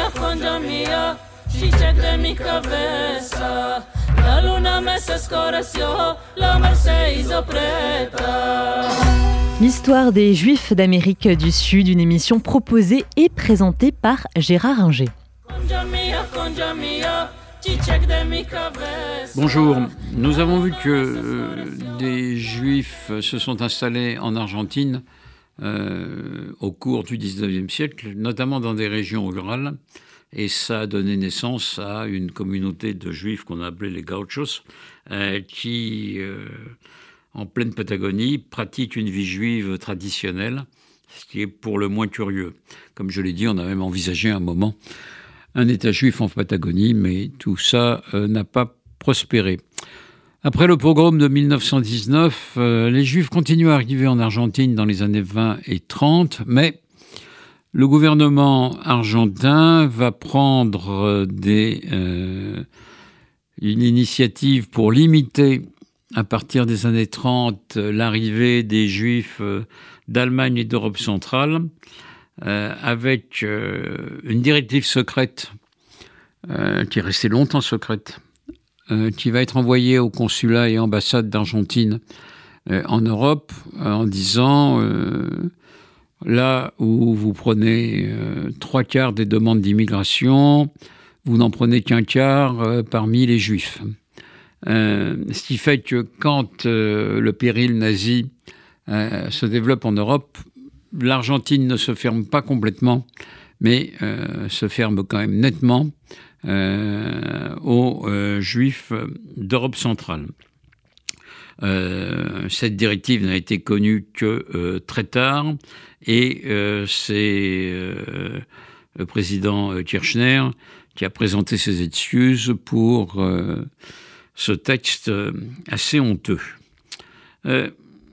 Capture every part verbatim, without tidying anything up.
mia, congia mia, Cicec de mi cabeça. La luna me se escureció, la mar se hizo preta. L'histoire des Juifs d'Amérique du Sud, une émission proposée et présentée par Gérard Inger. Bonjour, nous avons vu que euh, des Juifs se sont installés en Argentine euh, au cours du dix-neuvième siècle, notamment dans des régions rurales, et ça a donné naissance à une communauté de Juifs qu'on a appelée les Gauchos, euh, qui, euh, en pleine Patagonie, pratiquent une vie juive traditionnelle, ce qui est pour le moins curieux. Comme je l'ai dit, on a même envisagé un moment un État juif en Patagonie, mais tout ça euh, n'a pas prospéré. Après le pogrom de dix-neuf cent dix-neuf, euh, les Juifs continuent à arriver en Argentine dans les années vingt et trente, mais le gouvernement argentin va prendre des, euh, une initiative pour limiter, à partir des années trente, l'arrivée des Juifs d'Allemagne et d'Europe centrale, euh, avec euh, une directive secrète euh, qui est restée longtemps secrète, euh, qui va être envoyée aux consulats et ambassades d'Argentine euh, en Europe euh, en disant euh, là où vous prenez euh, trois quarts des demandes d'immigration, vous n'en prenez qu'un quart euh, parmi les Juifs. Euh, ce qui fait que quand euh, le péril nazi euh, se développe en Europe, l'Argentine ne se ferme pas complètement, mais euh, se ferme quand même nettement euh, aux euh, Juifs d'Europe centrale. Euh, cette directive n'a été connue que euh, très tard, et euh, c'est euh, le président Kirchner qui a présenté ses excuses pour euh, ce texte assez honteux. Euh,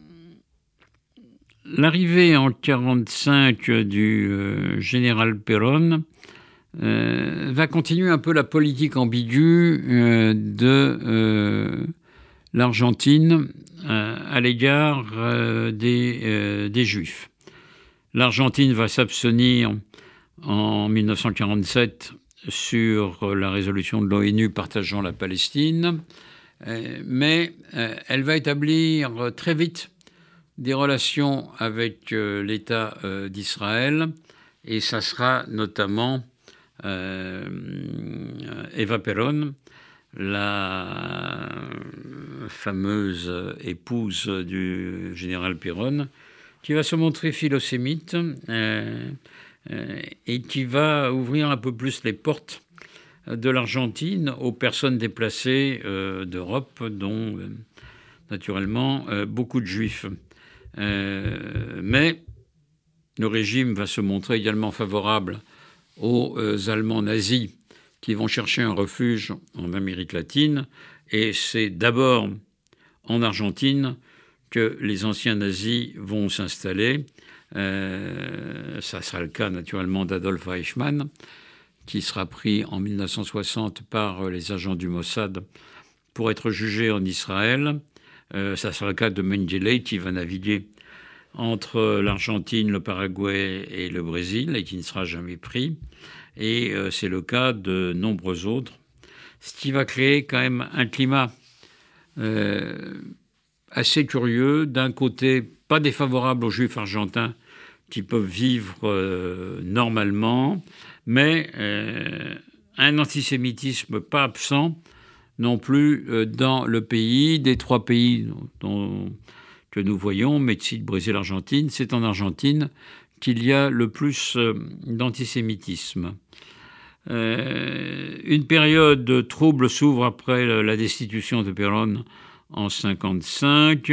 L'arrivée en mille neuf cent quarante-cinq du euh, général Perón euh, va continuer un peu la politique ambiguë euh, de euh, l'Argentine euh, à l'égard euh, des, euh, des Juifs. L'Argentine va s'abstenir en mille neuf cent quarante-sept sur la résolution de l'ONU partageant la Palestine, euh, mais euh, elle va établir très vite des relations avec euh, l'État euh, d'Israël, et ça sera notamment euh, Eva Perón, la fameuse épouse du général Perón, qui va se montrer philosémite euh, euh, et qui va ouvrir un peu plus les portes de l'Argentine aux personnes déplacées euh, d'Europe, dont euh, naturellement euh, beaucoup de Juifs. Euh, mais le régime va se montrer également favorable aux euh, Allemands nazis qui vont chercher un refuge en Amérique latine, et c'est d'abord en Argentine que les anciens nazis vont s'installer. Euh, ça sera le cas naturellement d'Adolf Eichmann, qui sera pris en mille neuf cent soixante par les agents du Mossad pour être jugé en Israël. Euh, ça sera le cas de Mengele, qui va naviguer entre l'Argentine, le Paraguay et le Brésil, et qui ne sera jamais pris. Et euh, c'est le cas de nombreux autres, ce qui va créer quand même un climat euh, assez curieux. D'un côté, pas défavorable aux Juifs argentins qui peuvent vivre euh, normalement, mais euh, un antisémitisme pas absent non plus euh, dans le pays. Des trois pays dont, que nous voyons, Mexique, Brésil, Argentine, c'est en Argentine qu'il y a le plus euh, d'antisémitisme. Euh, une période trouble s'ouvre après la destitution de Perón en cinquante-cinq.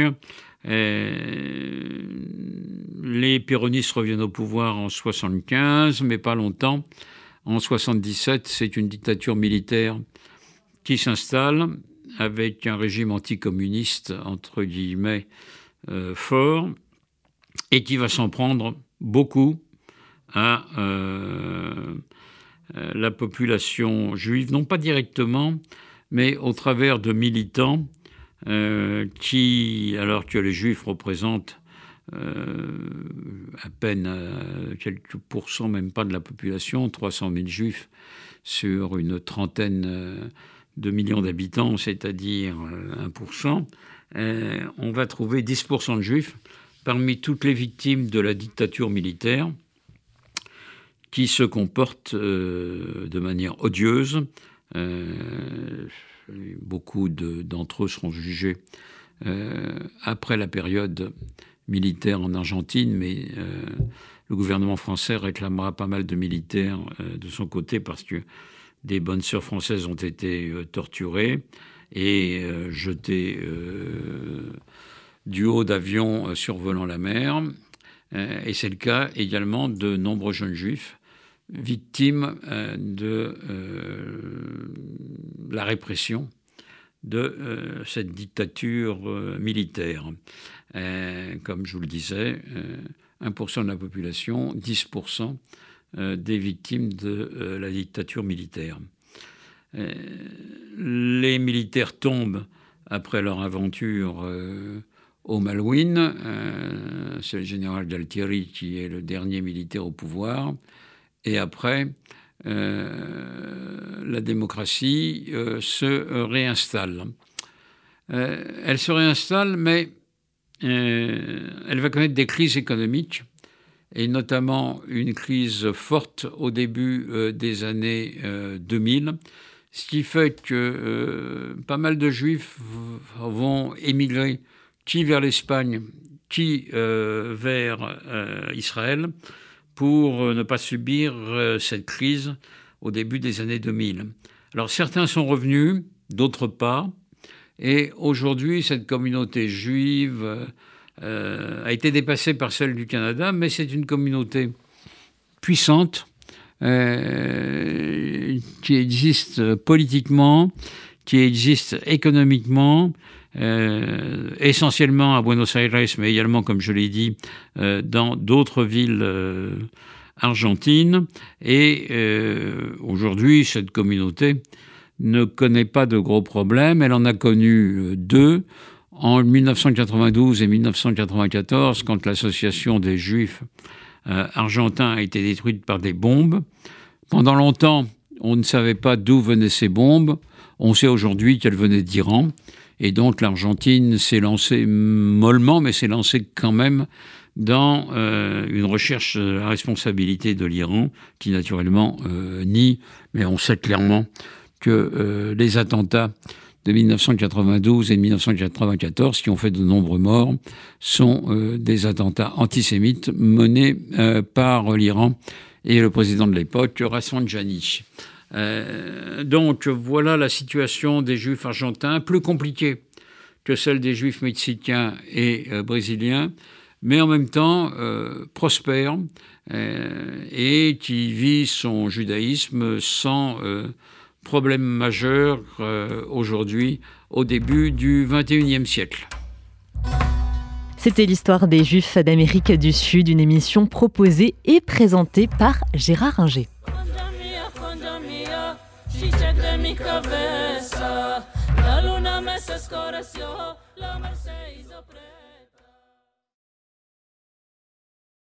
Euh, les péronistes reviennent au pouvoir en soixante-quinze, mais pas longtemps. En soixante-dix-sept, c'est une dictature militaire qui s'installe avec un régime anticommuniste, entre guillemets, euh, fort, et qui va s'en prendre beaucoup à euh, la population juive, non pas directement, mais au travers de militants euh, qui, alors que les Juifs représentent euh, à peine euh, quelques pourcents, même pas de la population, trois cent mille juifs sur une trentaine euh, de millions d'habitants, c'est-à-dire euh, un pour cent, euh, on va trouver dix pour cent de juifs parmi toutes les victimes de la dictature militaire qui se comportent euh, de manière odieuse. Euh, beaucoup de, d'entre eux seront jugés euh, après la période militaire en Argentine, mais euh, le gouvernement français réclamera pas mal de militaires euh, de son côté parce que des bonnes sœurs françaises ont été euh, torturées et euh, jetées euh, du haut d'avions euh, survolant la mer. Euh, et c'est le cas également de nombreux jeunes juifs victimes euh, de euh, la répression de euh, cette dictature euh, militaire. Euh, comme je vous le disais, euh, un pour cent de la population, dix pour cent euh, des victimes de euh, la dictature militaire. Euh, les militaires tombent après leur aventure euh, au Malouine. Euh, c'est le général Galtieri qui est le dernier militaire au pouvoir. Et après, euh, la démocratie euh, se réinstalle. Euh, elle se réinstalle, mais euh, elle va connaître des crises économiques, et notamment une crise forte au début euh, des années euh, deux mille, ce qui fait que euh, pas mal de Juifs vont émigrer, qui vers l'Espagne, qui euh, vers euh, Israël, pour ne pas subir cette crise au début des années deux mille. Alors certains sont revenus, d'autres pas, et aujourd'hui cette communauté juive euh, a été dépassée par celle du Canada, mais c'est une communauté puissante euh, qui existe politiquement, qui existe économiquement, Euh, essentiellement à Buenos Aires, mais également, comme je l'ai dit, euh, dans d'autres villes euh, argentines. Et euh, aujourd'hui, cette communauté ne connaît pas de gros problèmes. Elle en a connu deux, en dix-neuf cent quatre-vingt-douze et dix-neuf cent quatre-vingt-quatorze, quand l'association des Juifs euh, argentins a été détruite par des bombes. Pendant longtemps, on ne savait pas d'où venaient ces bombes. On sait aujourd'hui qu'elles venaient d'Iran. Et donc l'Argentine s'est lancée mollement, mais s'est lancée quand même dans euh, une recherche de la responsabilité de l'Iran, qui naturellement euh, nie, mais on sait clairement que euh, les attentats de dix-neuf cent quatre-vingt-douze et de dix-neuf cent quatre-vingt-quatorze, qui ont fait de nombreux morts, sont euh, des attentats antisémites menés euh, par l'Iran et le président de l'époque, Rafsanjani. Euh, donc voilà la situation des Juifs argentins, plus compliquée que celle des Juifs mexicains et euh, brésiliens, mais en même temps euh, prospère euh, et qui vit son judaïsme sans euh, problème majeur euh, aujourd'hui, au début du vingt et unième siècle. C'était l'histoire des Juifs d'Amérique du Sud, une émission proposée et présentée par Gérard Ringer. Chicha de mi cabeza, la luna me se escureció, la merced hizo pre-